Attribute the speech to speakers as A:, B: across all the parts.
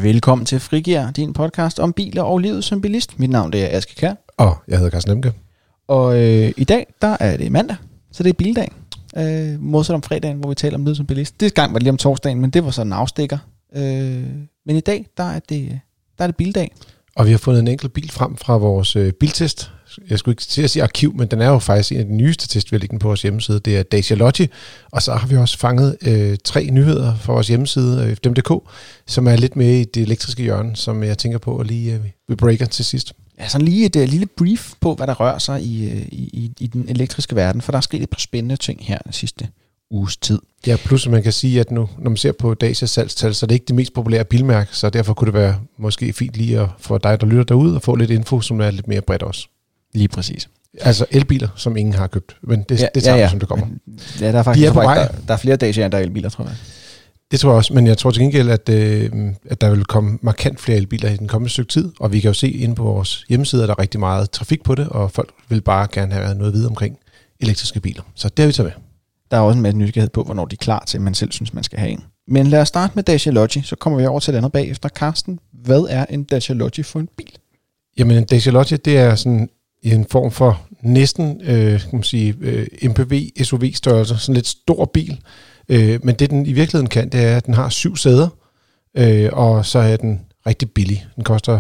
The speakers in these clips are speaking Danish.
A: Velkommen til Frigir, din podcast om biler og livet som bilist. Mit navn det er Aske Kjær.
B: Og jeg hedder Carsten Emke.
A: Og i dag, der er det mandag, så det er bildag. Modsat om fredagen, hvor vi taler om livet som bilist. Det gang var det lige om torsdagen, men det var så en afstikker. Men i dag, der er det bildag.
B: Og vi har fundet en enkelt bil frem fra vores biltest. Jeg skulle ikke til at sige arkiv, men den er jo faktisk en af de nyeste test, vi har liggende på vores hjemmeside. Det er Dacia Logi, og så har vi også fanget 3 nyheder fra vores hjemmeside, fdm.dk, som er lidt med i det elektriske hjørne, som jeg tænker på at lige vi breaker til sidst.
A: Ja, sådan lige et lille brief på, hvad der rører sig i den elektriske verden, for der er sket et par spændende ting her den sidste uges tid.
B: Ja, plus man kan sige, at nu, når man ser på Dacias salgstal, så er det ikke det mest populære bilmærke, så derfor kunne det være måske fint lige at få dig, der lytter derude, og få lidt info, som er lidt mere bredt også.
A: Lige præcis.
B: Altså elbiler, som ingen har købt, men det tager vi, som det kommer.
A: Ja, der er faktisk der er flere Dacia, end der er elbiler, tror jeg.
B: Det tror jeg også, men jeg tror til gengæld, at der vil komme markant flere elbiler i den kommende stykke tid, og vi kan jo se inde på vores hjemmeside, at der er rigtig meget trafik på det, og folk vil bare gerne have noget at vide omkring elektriske biler. Så det har vi taget med.
A: Der er også en masse nysgerrighed på, hvornår de er klar til, at man selv synes, man skal have en. Men lad os starte med Dacia Logi, så kommer vi over til det andet bagefter. Carsten, hvad er en Dacia Logi for en bil?
B: Jamen en Dacia Logi, det er sådan en form for næsten MPV, SUV-størrelse, sådan lidt stor bil. Men det den i virkeligheden kan, det er, at den har 7 sæder, og så er den rigtig billig. Den koster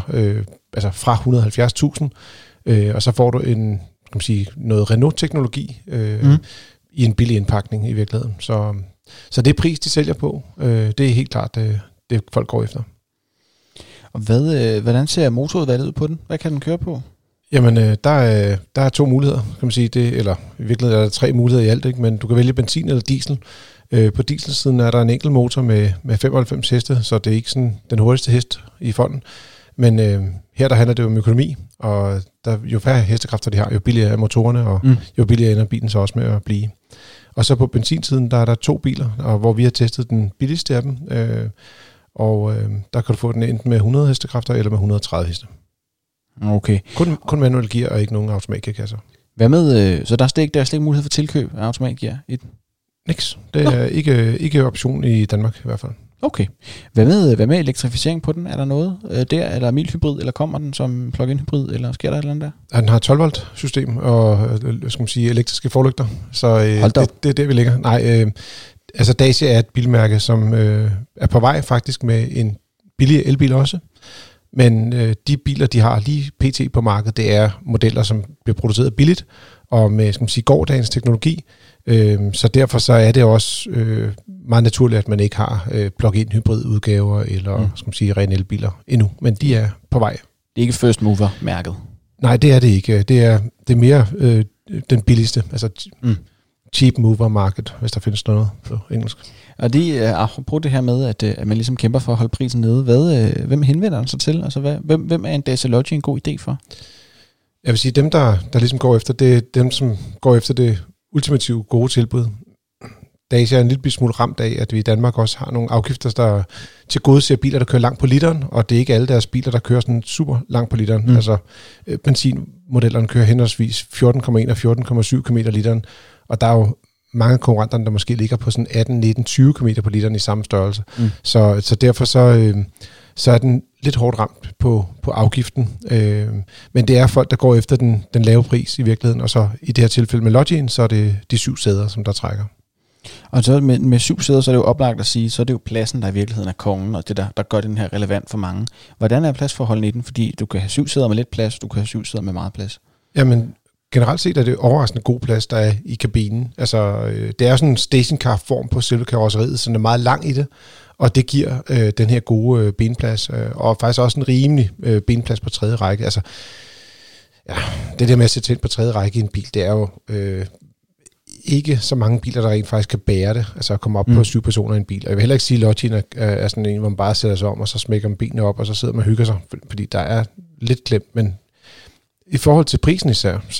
B: fra 170.000, og så får du noget Renault-teknologi i en billig indpakning i virkeligheden. Så det er pris, de sælger på. Det er helt klart det, folk går efter.
A: Og hvordan ser motorudvalget ud på den? Hvad kan den køre på?
B: Jamen, der er 2 muligheder, kan man sige. Eller i virkeligheden er der 3 muligheder i alt, ikke? Men du kan vælge benzin eller diesel. På dieselsiden er der en enkelt motor med 95 heste, så det er ikke sådan den hurtigste hest i fonden. Men her der handler det om økonomi, og jo færre hestekræfter de har, jo billigere er motorerne, og jo billigere ender bilen så også med at blive. Og så på benzinsiden, der er der 2 biler, og hvor vi har testet den billigste af dem, og der kan du få den enten med 100 hestekræfter eller med 130 heste.
A: Okay.
B: Kun manuel gear og ikke nogen automatgearkasser.
A: Hvad med, så der er slet ikke mulighed for tilkøb af automatgear i den?
B: Niks. Det er ikke option i Danmark i hvert fald.
A: Okay. Hvad med elektrificering på den? Er der noget der? Er der mild hybrid, eller kommer den som plug-in hybrid, eller sker der et eller andet der?
B: Ja, den har 12 volt system og elektriske forlygter, så det er der vi ligger. Nej, Dacia er et bilmærke, som er på vej faktisk med en billig elbil også. Men de biler, de har lige pt. På markedet, det er modeller, som bliver produceret billigt og med gårdagens teknologi. Så derfor så er det også meget naturligt, at man ikke har plug-in hybrid udgaver eller ren elbiler endnu. Men de er på vej.
A: Det er ikke first mover mærket?
B: Nej, det er det ikke. Det er mere den billigste, altså cheap mover market, hvis der findes noget på engelsk.
A: Og apropos det her med, at man ligesom kæmper for at holde prisen nede, hvem henvender den sig til? Altså, hvem er en Dacia Logi en god idé for?
B: Jeg vil sige, dem der ligesom går efter, det er dem, som går efter det ultimative gode tilbud. Dacia er en lille smule ramt af, at vi i Danmark også har nogle afgifter, der tilgodeser biler, der kører langt på literen, og det er ikke alle deres biler, der kører sådan super langt på literen. Altså, benzinmodellerne kører henholdsvis 14,1 og 14,7 km literen, og der er jo mange konkurrenter, der måske ligger på sådan 18, 19, 20 km på literen i samme størrelse. Så derfor så er den lidt hårdt ramt på afgiften. Men det er folk, der går efter den lave pris i virkeligheden, og så i det her tilfælde med Logien, så er det de 7 sæder, som der trækker.
A: Og så med 7 sæder, så er det jo oplagt at sige, så er det jo pladsen, der i virkeligheden er kongen, og det der gør den her relevant for mange. Hvordan er pladsforholdene i den? Fordi du kan have 7 sæder med lidt plads, du kan have 7 sæder med meget plads. Jamen,
B: generelt set er det overraskende god plads, der er i kabinen. Altså, det er sådan en stationcar-form på selve karrosseriet, så den er meget lang i det, og det giver den her gode benplads, og faktisk også en rimelig benplads på 3. række. Altså, ja, det der med at sætte ind på 3. række i en bil, det er jo ikke så mange biler, der rent faktisk kan bære det, altså at komme op på 7 personer i en bil. Og jeg vil heller ikke sige, at Logien er sådan en, hvor man bare sætter sig om, og så smækker man benene op, og så sidder man og hygger sig, fordi der er lidt klemt, men i forhold til prisen især, så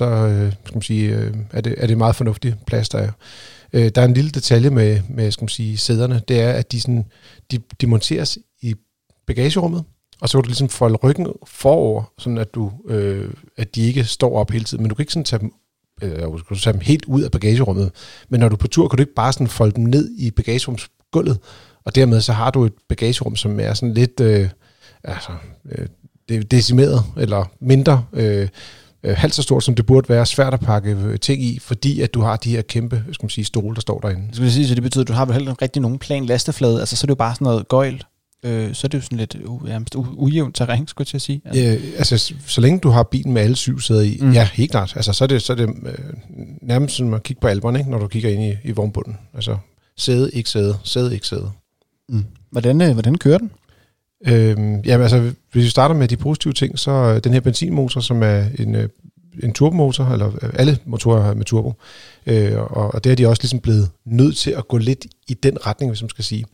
B: er det meget fornuftig plads, der er. Der er en lille detalje med sæderne, det er, at de monteres i bagagerummet, og så kan du ligesom folde ryggen forover, sådan at de ikke står op hele tiden, men du kan ikke sådan tage dem helt ud af bagagerummet, men når du er på tur, kan du ikke bare sådan folde dem ned i bagagerumsgulvet, og dermed så har du et bagagerum, som er sådan lidt det er decimeret, eller mindre, halvt så stort, som det burde være, svært at pakke ting i, fordi at du har de her kæmpe, skal man sige, stole, der står derinde.
A: Skal sige, så det betyder, at du har vel heller ikke rigtig nogen plan lasteflade, altså så er det jo bare sådan noget gøjl, så er det jo sådan lidt ujævnt terræn, skulle jeg sige.
B: Altså, så længe du har bilen med alle 7 sæder i, ja, helt klart, altså så er det nærmest som at kigge på alberne, ikke, når du kigger ind i vognbunden. Altså, sæde, ikke sæde, sæde, ikke sæde.
A: Hvordan kører den?
B: Jamen altså, hvis vi starter med de positive ting, så den her benzinmotor, som er en turbomotor, eller alle motorer med turbo, og det er de også ligesom blevet nødt til at gå lidt i den retning, hvis man skal sige.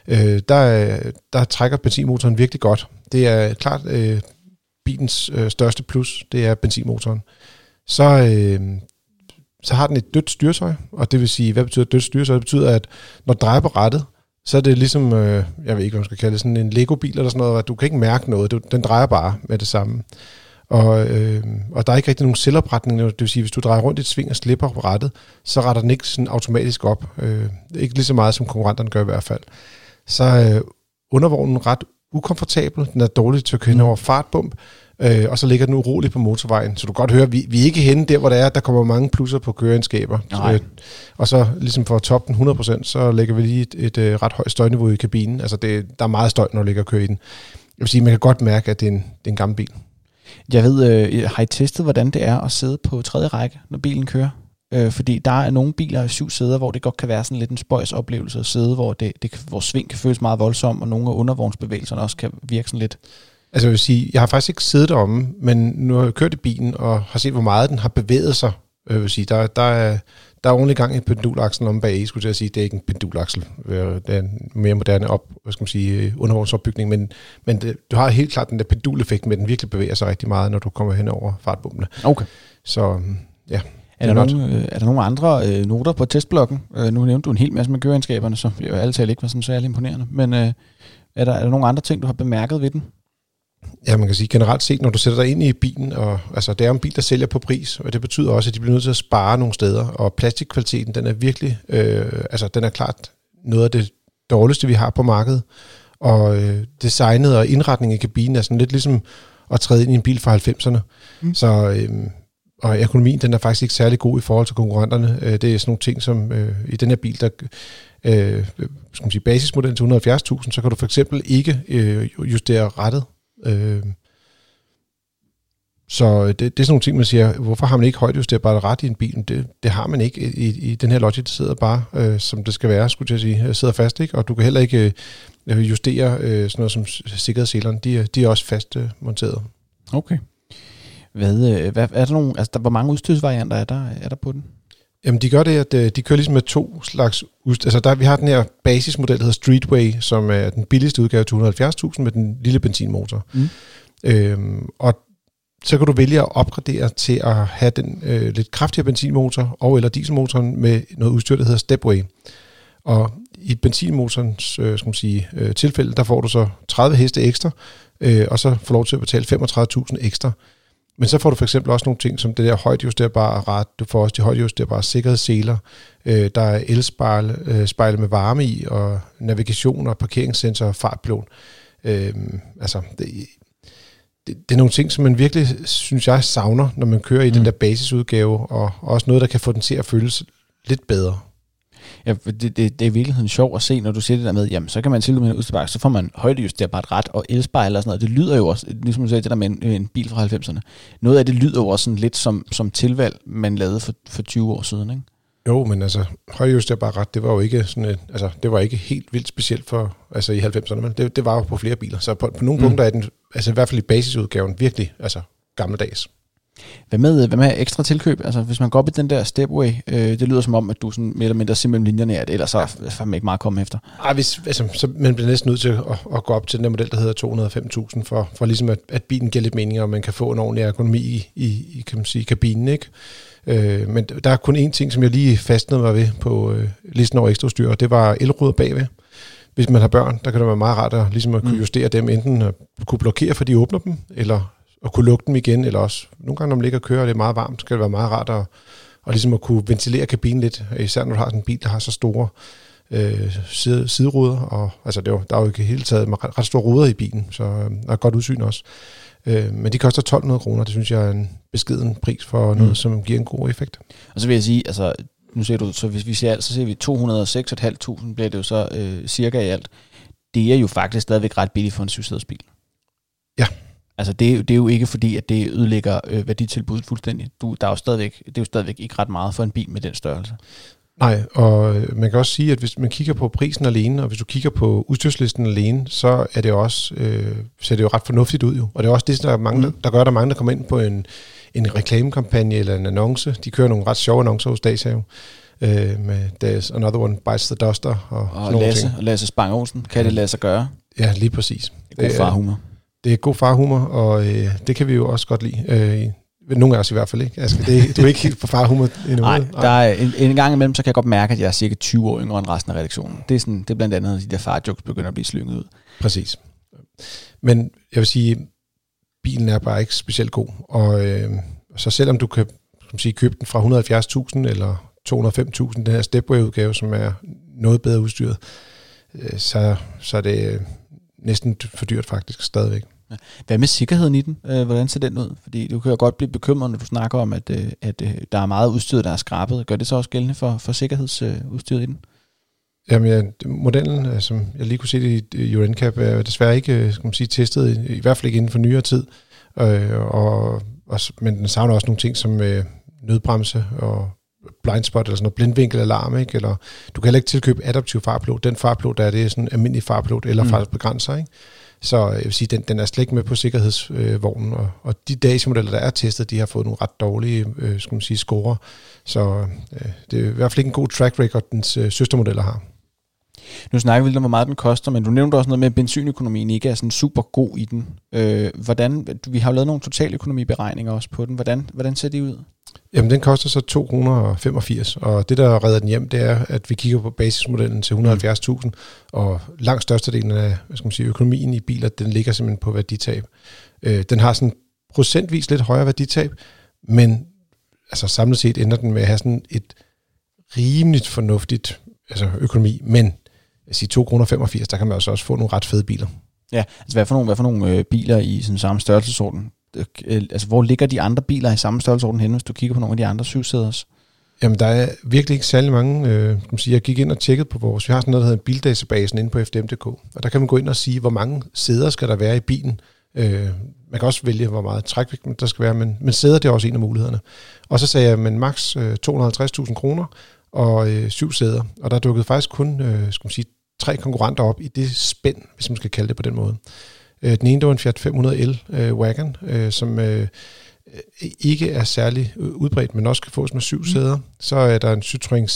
B: Der trækker benzinmotoren virkelig godt. Det er klart bilens største plus, det er benzinmotoren. Så har den et dødt styretøj, og det vil sige, hvad betyder dødt styretøj? Det betyder, at når du drejer på rattet, så er det ligesom, jeg ved ikke, hvad man skal kalde det, sådan en Lego-bil eller sådan noget, at du kan ikke mærke noget, den drejer bare med det samme. Og der er ikke rigtig nogen selvopretning, det vil sige, hvis du drejer rundt i et sving og slipper på rattet, så retter den ikke sådan automatisk op. Ikke lige så meget, som konkurrenterne gør i hvert fald. Så er undervognen ret ukomfortabel, den er dårlig til at køre over fartbump, og så ligger den uroligt på motorvejen. Så du kan godt høre, vi er ikke henne der, hvor der kommer mange plusser på køreegenskaber. Og så ligesom for at toppe den 100%, så lægger vi lige et ret højt støjniveau i kabinen. Altså der er meget støj, når du ligger og kører i den. Jeg vil sige, man kan godt mærke, at det er en gammel bil.
A: Jeg ved, har I testet, hvordan det er at sidde på 3. række, når bilen kører? Fordi der er nogle biler i 7 sæder, hvor det godt kan være sådan lidt en spøjsoplevelse at sidde, hvor sving kan føles meget voldsom, og nogle af undervognsbevægelserne også kan virke sådan lidt.
B: Altså jeg vil sige, jeg har faktisk ikke siddet deromme, men nu har jeg kørt i bilen og har set, hvor meget den har bevæget sig. Jeg vil sige, der er ordentligt gang i pendulaksel om bag, skulle jeg sige. Det er ikke en pendulaksel. Det er en mere moderne undervognsopbygning, men du har helt klart den der penduleffekt med, den virkelig bevæger sig rigtig meget, når du kommer hen over fartbumpene.
A: Okay.
B: Så ja.
A: Er der nogle andre noter på testblokken? Nu nævnte du en hel masse med køreegenskaberne, som jo altid ikke var sådan særlig imponerende. Men er der nogle andre ting, du har bemærket ved den?
B: Ja, man kan sige generelt set, når du sætter dig ind i bilen, og altså det er en bil, der sælger på pris, og det betyder også, at de bliver nødt til at spare nogle steder, og plastikkvaliteten, den er virkelig, den er klart noget af det dårligste, vi har på markedet, og designet og indretningen i kabinen er sådan lidt ligesom at træde ind i en bil fra 90'erne, så og økonomien, den er faktisk ikke særlig god i forhold til konkurrenterne. Det er sådan nogle ting, som i den her bil, der skal man sige, basismodellen til 170.000, så kan du for eksempel ikke justere rattet. Så det er sådan nogle ting, man siger, hvorfor har man ikke højdejusterbart ret i en bil? Det har man ikke i den her Logic, der sidder bare, som det skal være, skulle jeg sige, sidder fast, ikke? Og du kan heller ikke justere sådan noget som sikkerhedsselerne, de er også fast monteret.
A: Okay. Hvad er der nogle, altså hvor mange udstyrsvarianter er der på den?
B: Jamen de gør det, at de kører ligesom med 2 slags altså vi har den her basismodel, der hedder Streetway, som er den billigste udgave til 170.000 med den lille benzinmotor. Og så kan du vælge at opgradere til at have den lidt kraftigere benzinmotor og eller dieselmotoren med noget udstyr, der hedder Stepway. Og i benzinmotorens skal man sige, tilfælde, der får du så 30 heste ekstra, og så får du lov til at betale 35.000 ekstra. Men så får du for eksempel også nogle ting som det der højdejusterbare rat. Du får også de højdejusterbare sikkerhedsseler. Der er elspejle med varme i, og navigation og parkeringssensor og fartpilot. Altså, det er nogle ting, som man virkelig, synes jeg, savner, når man kører i den der basisudgave, og også noget, der kan få den til at føles lidt bedre.
A: Ja, det er i virkeligheden sjovt at se, når du siger det der med, jamen så kan man til med en udstræk, så får man højdejusterbart ret og elspejl og sådan noget. Det lyder jo også, ligesom du sagde det der med en bil fra 90'erne. Noget af det lyder jo også sådan lidt som tilvalg, man lavede for 20 år siden, ikke?
B: Jo, men altså højdejusterbart ret, det var jo ikke sådan det var ikke helt vildt specielt for altså i 90'erne, men det var jo på flere biler. Så på nogle punkter er den, altså i hvert fald i basisudgaven, virkelig altså gammeldags.
A: Hvad med ekstra tilkøb? Altså hvis man går op i den der Stepway, det lyder som om, at du sådan mere eller mindre simpelthen linjerne er det, ellers så er man ikke meget komme efter.
B: Så man bliver næsten nødt til at gå op til den der model, der hedder 205.000, for ligesom at bilen giver lidt mening, og man kan få en ordentlig ergonomi i kan man sige, kabinen, ikke? Men der er kun én ting, som jeg lige fastnede mig ved på listen over ekstra udstyr, og det var elruder bagved. Hvis man har børn, der kan det være meget rart at, ligesom at kunne justere dem, enten at kunne blokere, for de åbner dem, eller at kunne lukke dem igen, eller også nogle gange, når man ligger og kører, og det er meget varmt, så kan det være meget rart at ligesom at kunne ventilere kabinen lidt, især når du har sådan en bil, der har så store sideruder, og altså der er jo ikke hele taget ret store ruder i bilen, så der er godt udsyn også. Men de koster 1.200 kroner, det synes jeg er en beskeden pris for noget, som giver en god effekt.
A: Og så vil jeg sige, altså nu ser du, så hvis vi ser alt, så ser vi 206.500 bliver det jo så cirka i alt. Det er jo faktisk stadigvæk ret billigt for en syvsædersbil.
B: Ja.
A: Altså det er jo ikke fordi, at det ødelægger værditilbuddet fuldstændig. Det er jo stadigvæk ikke ret meget for en bil med den størrelse.
B: Nej, og man kan også sige, at hvis man kigger på prisen alene, og hvis du kigger på udstyrslisten alene, så er det også, ser det jo ret fornuftigt ud jo. Og det er også det, der gør, at der mange, der kommer ind på en reklamekampagne eller en annonce. De kører nogle ret sjove annoncer hos Dacia med There's Another One Bites the Duster. Og
A: Lasse Spang Olsen, kan det lade sig gøre?
B: Ja, lige præcis.
A: Det er god farhumor.
B: Det er god farhumor, og det kan vi jo også godt lide. Nogle af os i hvert fald ikke. Altså, du er ikke helt på farhumor endnu.
A: Nej, der er en gang imellem, så kan jeg godt mærke, at jeg er cirka 20 år yngre end resten af redaktionen. Det er blandt andet, at de der farjokes begynder at blive slynget ud.
B: Præcis. Men jeg vil sige, bilen er bare ikke specielt god. Og så selvom du kan købe den fra 170.000 eller 205.000, den her Stepway-udgave, som er noget bedre udstyret, så er det næsten for dyrt faktisk stadigvæk.
A: Hvad med sikkerheden i den? Hvordan ser den ud? Fordi du kan jo godt blive bekymret, når du snakker om, at der er meget udstyr, der er skrabet. Gør det så også gældende for sikkerhedsudstyret i den?
B: Jamen, modellen, som jeg lige kunne se det i Euro NCAP, er desværre ikke testet, i hvert fald ikke inden for nyere tid. Men den savner også nogle ting som nødbremse og blindspot eller sådan noget, blindvinkelalarm, ikke? Eller du kan heller ikke tilkøbe adaptiv farpilot. Den farpilot, der er det sådan en almindelig farpilot eller fartbegrænser, ikke? Så jeg vil sige, den er slet ikke med på sikkerhedsvognen, og de Dacia-modeller, der er testet, de har fået nogle ret dårlige scorer. Så det er i hvert fald ikke en god track record, dens søstermodeller har.
A: Nu snakker vi lidt om, hvor meget den koster, men du nævnte også noget med, at benzinøkonomien ikke er sådan super god i den. Vi har jo lavet nogle totaløkonomiberegninger også på den. Hvordan ser de ud?
B: Jamen, den koster så 285, og det, der redder den hjem, det er, at vi kigger på basismodellen til 170.000, og langt størstedelen af økonomien i biler, den ligger simpelthen på værditab. Den har sådan procentvis lidt højere værditab, men altså samlet set ender den med at have sådan et rimeligt fornuftigt økonomi, men jeg siger 2,85 kroner, der kan man også få nogle ret fede biler. Ja,
A: altså hvad for nogle biler i sådan samme størrelsesorden? Altså, hvor ligger de andre biler i samme størrelsesorden henne, hvis du kigger på nogle af de andre syvsæders?
B: Jamen, der er virkelig ikke særlig mange. Jeg gik ind og tjekkede på vi har sådan noget, der hedder en bildatabasen inde på FDM.dk, og der kan man gå ind og sige, hvor mange sæder skal der være i bilen. Man kan også vælge, hvor meget trækvægt der skal være, men sæder, det er også en af mulighederne. Og så sagde jeg, men maks 250.000 kroner og 7 sæder, og der dukkede faktisk kun 3 konkurrenter op i det spænd, hvis man skal kalde det på den måde. Den ene, der var en Fiat 500L Wagon, som ikke er særlig udbredt, men også kan fås med 7 sæder. Så er der en Citroën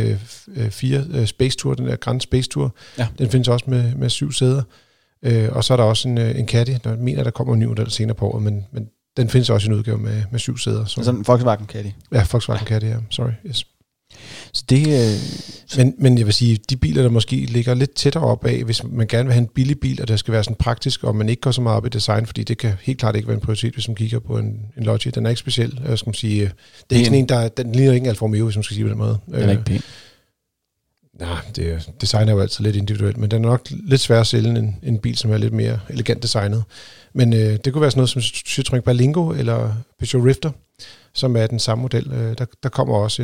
B: C4 Space Tour, den der Grand Space Tour. Ja. Den findes også med 7 sæder. Og så er der også en Caddy, der mener, der kommer en ny model senere på året, men den findes også i en udgave med 7 sæder.
A: Altså en Volkswagen Caddy?
B: Ja, Volkswagen Caddy, ja. Sorry, yes. Så det, men jeg vil sige, de biler, der måske ligger lidt tættere op af, hvis man gerne vil have en billig bil, og der skal være sådan praktisk, og man ikke går så meget op i design, fordi det kan helt klart ikke være en prioritet, hvis man kigger på en Logi. Den er ikke speciel, det er ikke sådan en, den ligner ikke en Alfa Romeo, hvis man skal sige på den måde.
A: Den er ikke pæn.
B: Nej, design er jo altid lidt individuelt, men den er nok lidt sværere at sælge en bil, som er lidt mere elegant designet. Men det kunne være sådan noget som Citroën Berlingo eller Peugeot Rifter, som er den samme model. Der kommer også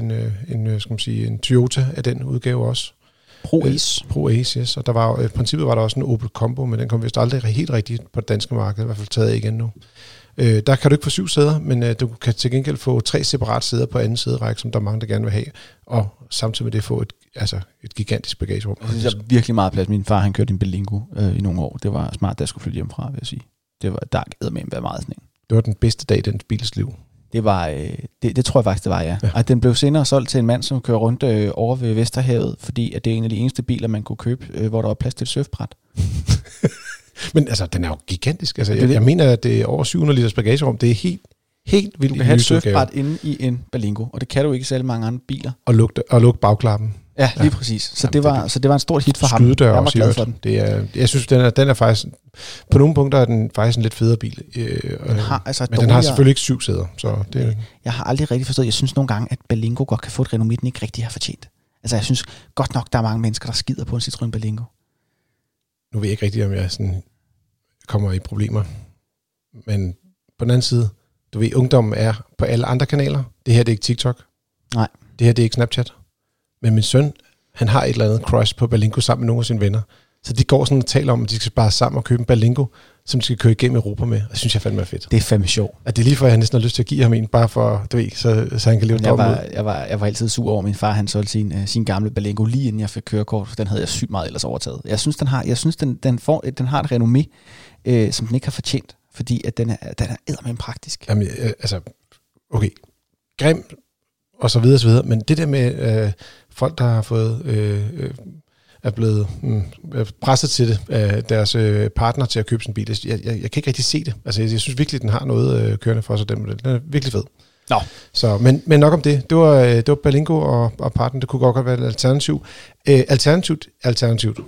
B: en Toyota af den udgave også.
A: Pro Ace.
B: Pro Ace, yes. Og der var, i princippet var der også en Opel Combo, men den kom vist aldrig helt rigtigt på det danske marked, i hvert fald taget igen nu. Der kan du ikke få 7 sæder, men du kan til gengæld få 3 separate sæder på anden sæderække, som der er mange, der gerne vil have, og samtidig med det få et gigantisk bagagerum.
A: Jeg synes, der er virkelig meget plads. Min far, han kørte en Berlingo i nogle år. Det var smart, da jeg skulle flytte hjemmefra, vil jeg sige. Der var meget sådan en.
B: Det var den bedste dag i den bils liv.
A: Det var, det tror jeg faktisk, det var, ja. Og den blev senere solgt til en mand, som kører rundt over ved Vesterhavet, fordi at det er en af de eneste biler, man kunne købe, hvor der var plads til et surfbræt.
B: Men altså, den er jo gigantisk. Altså, jeg mener, at det er over 700 liters bagagerum. Det er helt vildt.
A: Du kan have et surfbræt inde i en Berlingo, og det kan du ikke særlig mange andre biler.
B: Og lukke bagklappen.
A: Ja, lige præcis. Så det var en stor hit for ham.
B: Jeg var glad for den. Jeg synes, den er faktisk... På nogle punkter er den faktisk en lidt federe bil. Men den har selvfølgelig ikke 7 sæder. Så det...
A: Jeg har aldrig rigtig forstået. Jeg synes nogle gange, at Berlingo godt kan få et renommé, den ikke rigtig har fortjent. Altså, jeg synes godt nok, der er mange mennesker, der skider på en Citroën Berlingo.
B: Nu ved jeg ikke rigtigt, om jeg sådan kommer i problemer. Men på den anden side, du ved, ungdommen er på alle andre kanaler. Det her, det er ikke TikTok.
A: Nej.
B: Det her, det er ikke Snapchat. Men min søn, han har et eller andet crush på Berlingo sammen med nogle af sine venner. Så de går sådan og taler om, at de skal bare sammen og købe en Berlingo, som de skal køre igennem Europa med. Og det synes jeg fandme er fedt.
A: Det er fandme sjovt.
B: At det er lige for, at jeg næsten har lyst til at give ham en, bare for, du ved, så han kan leve drømmen ud.
A: Jeg var altid sur over, min far han solgte sin gamle Berlingo lige inden jeg fik kørekort, for den havde jeg sygt meget ellers overtaget. Jeg synes, den har et renommé, som den ikke har fortjent, fordi at den er eddermame praktisk.
B: Jamen, altså, okay, grim og så videre, men det der med folk, der har fået er blevet presset til det af deres partner til at købe sin bil. Jeg kan ikke rigtig se det. Altså, jeg synes virkelig, den har noget kørende for sig. Den er virkelig fed.
A: Nå.
B: Så, men nok om det. Det var Berlingo og partner. Det kunne godt være et alternativ. Alternativt.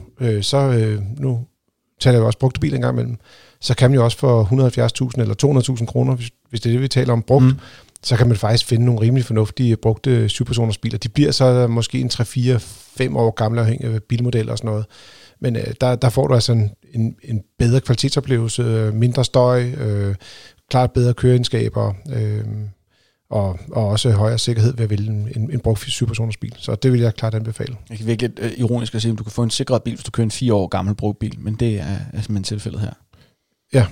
B: Nu taler jeg jo også brugte bil en gang imellem. Så kan man jo også for 170.000 eller 200.000 kroner, hvis det er det, vi taler om, brugt, så kan man faktisk finde nogle rimelig fornuftige brugte 7-personers biler. De bliver så måske en 3-4-5 år gamle afhængig af bilmodeller og sådan noget. Men der får du altså en bedre kvalitetsoplevelse, mindre støj, klart bedre køreegenskaber, og også højere sikkerhed ved at vælge en brugt 7-personers bil. Så det vil jeg klart anbefale.
A: Det er virkelig ironisk at sige, at du kan få en sikret bil, hvis du kører en 4 år gammel brugt bil, men det er simpelthen tilfældet her.
B: Ja.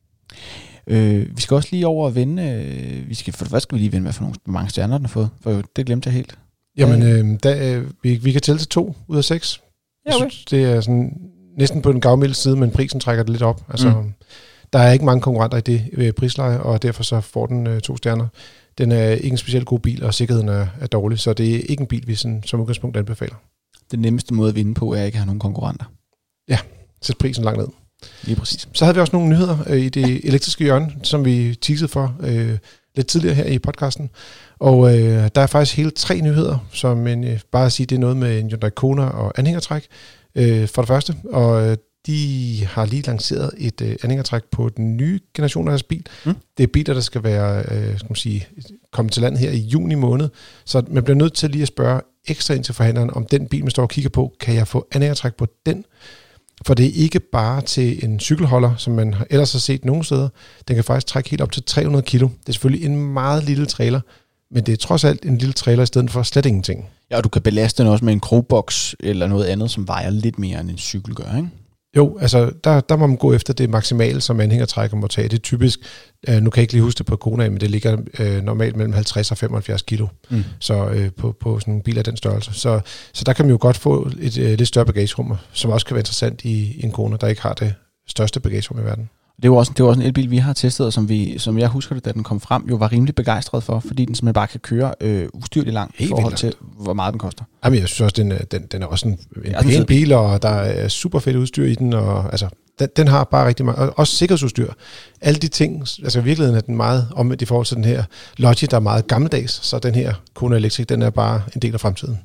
A: Vi skal også lige over at vende. For det første skal vi lige vende, hvad for hvor mange stjerner den har fået. For det glemte jeg helt.
B: Jamen, vi kan tælle til 2 ud af 6.
A: Ja, okay.
B: Jeg synes, det er sådan næsten på den gavmilde side, men prisen trækker det lidt op. Altså, der er ikke mange konkurrenter i det prisleje, og derfor så får den 2 stjerner. Den er ikke en specielt god bil, og sikkerheden er dårlig, så det er ikke en bil, vi sådan, som udgangspunkt anbefaler.
A: Den nemmeste måde at vinde på er ikke at have nogen konkurrenter.
B: Ja, sæt prisen langt ned.
A: Lige præcis.
B: Så havde vi også nogle nyheder i det elektriske hjørne, som vi teasede for lidt tidligere her i podcasten. Og der er faktisk hele 3 nyheder, som bare at sige, det er noget med en Hyundai Kona og anhængertræk for det første. Og de har lige lanceret et anhængertræk på den nye generation af deres bil. Det er biler, der skal være komme til land her i juni måned. Så man bliver nødt til lige at spørge ekstra ind til forhandleren, om den bil, man står og kigger på, kan jeg få anhængertræk på den? For det er ikke bare til en cykelholder, som man ellers har set nogle steder. Den kan faktisk trække helt op til 300 kilo. Det er selvfølgelig en meget lille trailer, men det er trods alt en lille trailer i stedet for slet ingenting.
A: Ja, og du kan belaste den også med en krogboks eller noget andet, som vejer lidt mere end en cykel gør, ikke?
B: Jo, altså der må man gå efter det maksimale, som anhængertrækker må tage. Det er typisk, nu kan jeg ikke lige huske det på Kona, men det ligger normalt mellem 50 og 75 kilo. Så på sådan en bil af den størrelse. Så der kan man jo godt få et lidt større bagagerum, som også kan være interessant i en Kona, der ikke har det største bagagerum i verden.
A: Det var også en elbil, vi har testet, og som jeg husker det, da den kom frem, jo var rimelig begejstret for, fordi den simpelthen bare kan køre ustyrligt langt i forhold til, hvor meget den koster.
B: Jamen, jeg synes også, den er også en pæn bil, og der er super fedt udstyr i den, og altså, den har bare rigtig meget, også sikkerhedsudstyr. Alle de ting, altså i virkeligheden er den meget omvendt i forhold til den her Logi, der er meget gammeldags, så den her Kona Electric, den er bare en del af fremtiden.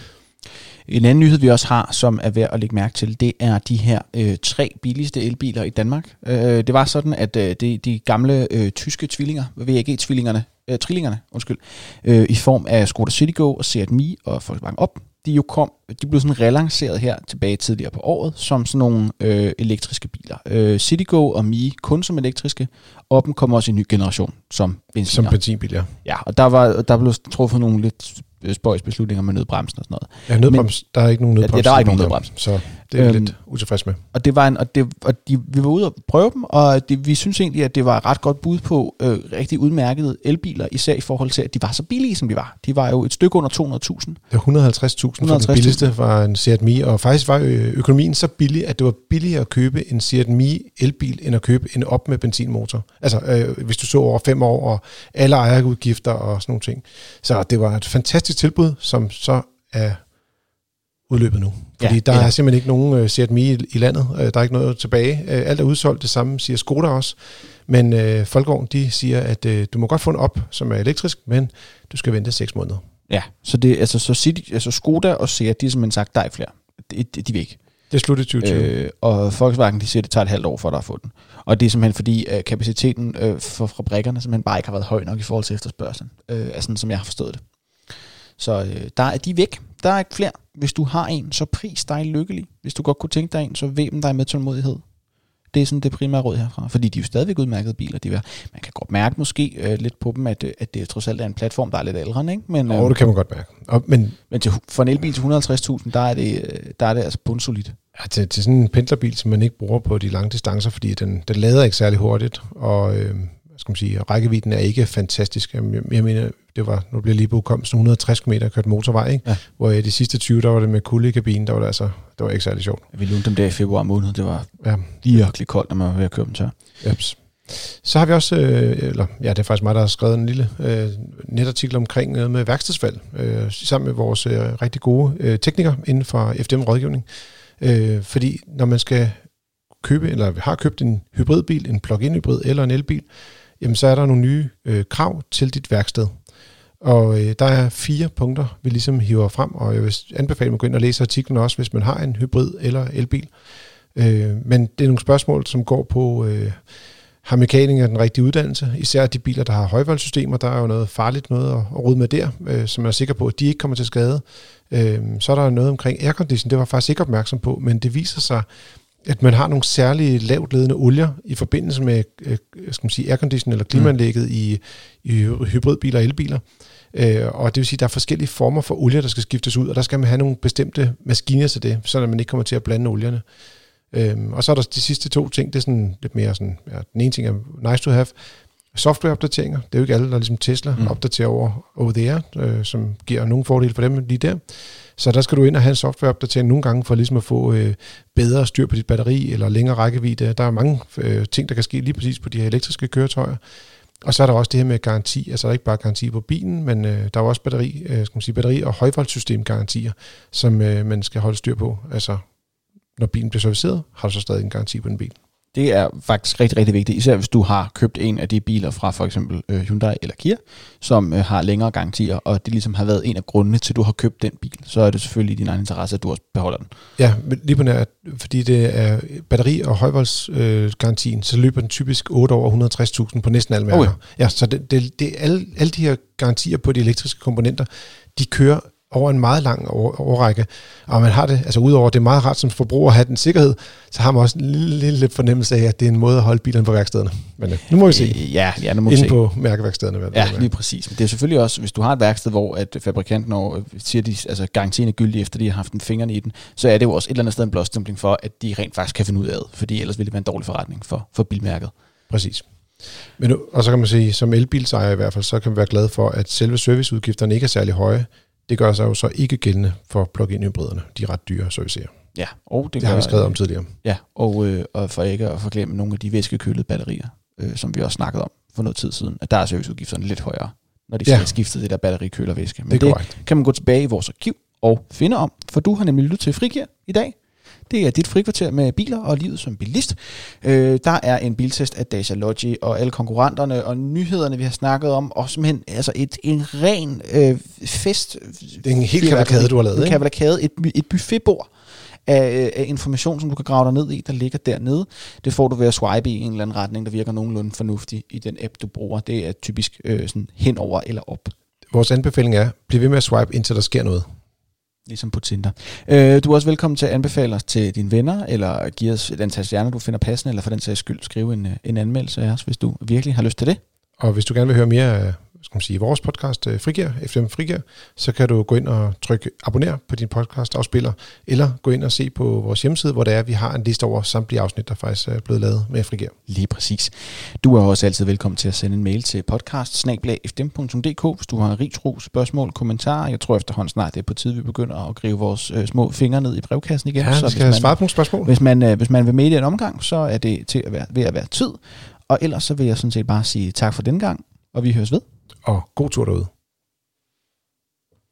A: En anden nyhed, vi også har, som er værd at lægge mærke til, det er de her 3 billigste elbiler i Danmark. Det var sådan, at de gamle tyske tvillinger, VAG-tvillingerne, i form af Skoda Citigo og Seat Mii og Volkswagen Op, de blev sådan relanceret her tilbage tidligere på året, som sådan nogle elektriske biler. Citigo og Mii kun som elektriske, Op'en kommer også i en ny generation som benziner.
B: Som benzinbil, ja.
A: Ja, og der blev truffet nogle lidt spøjsbeslutninger med nødbremsen og sådan noget.
B: Ja, nødbrems, der er ikke nogen nødbremse.
A: Ja, der er ikke nogen nødbremse.
B: Så det er lidt utilfreds med.
A: Og vi var ude og prøve dem, og vi synes egentlig, at det var et ret godt bud på rigtig udmærkede elbiler, især i forhold til, at de var så billige, som de var. De var jo et stykke under 200.000.
B: Det var 150.000 for den billigste var en Seat Mii, og faktisk var økonomien så billig, at det var billigere at købe en Seat Mii elbil, end at købe en Op med benzinmotor. Altså, hvis du så over 5 år, og alle ejerudgifter og sådan nogle ting. Så det var et fantastisk tilbud, som så er udløbet nu. Fordi der er simpelthen ikke nogen Seat Mii i landet. Der er ikke noget tilbage. Alt er udsolgt, det samme siger Skoda også. Men Volkswagen, de siger, at du må godt få en Op, som er elektrisk, men du skal vente 6 måneder.
A: Ja, så det altså Skoda og Seat, de har simpelthen sagt, der er ikke flere. De vil ikke.
B: Det er slut i 2020.
A: Og Volkswagen, de siger, det tager et halvt år for dig at få den. Og det er simpelthen fordi kapaciteten for fabrikkerne simpelthen bare ikke har været høj nok i forhold til efterspørgselen. Sådan som jeg har forstået det. Så der er de væk. Der er ikke flere. Hvis du har en, så pris dig lykkelig. Hvis du godt kunne tænke dig en, så væb dig med tålmodighed. Det er sådan det primære råd herfra. Fordi de er jo stadigvæk udmærkede biler. Man kan godt mærke måske lidt på dem, at det trods alt er en platform, der er lidt ældre, ikke? Men,
B: det kan man godt mærke. Men
A: for en elbil til 150.000, der er det altså bundsolidt.
B: Ja, til sådan en pendlerbil, som man ikke bruger på de lange distancer, fordi den lader ikke særlig hurtigt, og rækkevidden er ikke fantastisk. Jeg mener, nu bliver lige på hukommelsen 160 km kørt motorvej, ikke? Ja. Hvor de sidste 20, der var det med kulde i kabinen, der var det var ikke særlig sjovt.
A: Vi lånte dem der i februar måned, det var virkelig koldt, når man var ved at køre dem tør.
B: Jeps. Så har vi også, det er faktisk mig, der har skrevet en lille netartikel omkring noget med værkstedsvalg, sammen med vores rigtig gode teknikere inden for FDM-rådgivning. Fordi når man skal købe, eller har købt en hybridbil, en plug-in hybrid eller en elbil, jamen så er der nogle nye krav til dit værksted. Og der er 4 punkter, vi ligesom hiver frem, og jeg vil anbefale, at man går ind og læser artiklen også, hvis man har en hybrid eller elbil. Men det er nogle spørgsmål, som går på, har mekanikere den rigtige uddannelse? Især de biler, der har højvoldssystemer, der er jo noget farligt noget at rode med der, så man er sikker på, at de ikke kommer til skade. Så er der noget omkring aircondition, det var jeg faktisk ikke opmærksom på, men det viser sig, at man har nogle særlige lavtledende olier i forbindelse med aircondition eller klimaanlægget i hybridbiler og elbiler. Og det vil sige, at der er forskellige former for olier, der skal skiftes ud, og der skal man have nogle bestemte maskiner til det, så man ikke kommer til at blande olierne. Og så er der de sidste 2 ting, det er sådan lidt mere sådan, den ene ting er nice to have, softwareopdateringer. Det er jo ikke alle, der ligesom Tesla opdaterer over the air, som giver nogle fordele for dem lige der. Så der skal du ind og have en softwareopdatering nogle gange for ligesom at få bedre styr på dit batteri eller længere rækkevidde. Der er mange ting, der kan ske lige præcis på de her elektriske køretøjer. Og så er der også det her med garanti. Altså der er ikke bare garanti på bilen, men der er også batteri- og højvoldssystemgarantier, som man skal holde styr på. Altså når bilen bliver serviceret, har du så stadig en garanti på en bil.
A: Det er faktisk rigtig, rigtig vigtigt, især hvis du har købt en af de biler fra for eksempel Hyundai eller Kia, som har længere garantier, og det ligesom har været en af grundene til, at du har købt den bil. Så er det selvfølgelig i din egen interesse, at du også beholder den. Ja,
B: men lige på nær, fordi det er batteri- og højvoldsgarantien, så løber den typisk 8 over 160.000 på næsten alle mærker. Okay. Ja, så det alle de her garantier på de elektriske komponenter, de kører over en meget lang overrække, og man har det, altså udover det er meget rart som forbruger at have den sikkerhed, så har man også en lille fornemmelse af, at det er en måde at holde bilerne på værkstederne. Men nu må vi se.
A: Nu må vi se.
B: På mærkeværkstederne.
A: Ja, lige præcis. Men det er selvfølgelig også, hvis du har et værksted, hvor at fabrikanten siger, at garantien er gyldig, efter de har haft en fingrene i den, så er det jo også et eller andet sted en blåstempling for, at de rent faktisk kan finde ud af det, fordi ellers ville det være en dårlig forretning for bilmærket.
B: Præcis. Men nu, og så kan man sige, som elbilsejer i hvert fald, så kan man være glad for, at selve serviceudgifterne ikke er særlig høje. Det gør sig jo så ikke gældende for plug-in hybriderne. De er ret dyre at servicere.
A: Ja, og det
B: har vi skrevet om tidligere.
A: Ja, og for ikke at forglemme nogle af de væskekølede batterier, som vi også snakkede om for noget tid siden, at der er serviceudgifterne lidt højere, når de skal skifte det der batterikølervæske. Men det kan man gå tilbage i vores arkiv og finde om, for du har nemlig lyttet til Frigir i dag. Det er dit frikvarter med biler og livet som bilist. Der er en biltest af Dacia Logi og alle konkurrenterne og nyhederne, vi har snakket om, og simpelthen altså en ren fest.
B: Det er en helt kavalkade, du har lavet,
A: ikke? En kavalkade, et buffetbord af information, som du kan grave dig ned i, der ligger dernede. Det får du ved at swipe i en eller anden retning, der virker nogenlunde fornuftig i den app, du bruger. Det er typisk sådan henover eller op.
B: Vores anbefaling er, bliv ved med at swipe, indtil der sker noget.
A: Ligesom på Tinder. Du er også velkommen til at anbefale os til dine venner, eller give os et antal stjerner, du finder passende, eller for den sags skyld skrive en anmeldelse af os, hvis du virkelig har lyst til det.
B: Og hvis du gerne vil høre mere af vores podcast Frigir, FDM Frigir, så kan du gå ind og trykke abonner på din podcast-afspiller, eller gå ind og se på vores hjemmeside, hvor det er, vi har en liste over samtlige afsnit, der faktisk er blevet lavet med Frigir.
A: Lige præcis. Du er også altid velkommen til at sende en mail til podcast@fdm.dk, hvis du har ris, ros, spørgsmål, kommentarer. Jeg tror efterhånden snart, det er på tide, vi begynder at gribe vores små fingre ned i brevkassen igen.
B: Ja, vi skal svare på nogle spørgsmål.
A: Hvis man vil med i en omgang, så er det til ved at være tid. Og ellers så vil jeg sådan set bare sige tak for den gang, og vi høres ved.
B: Og god tur derude.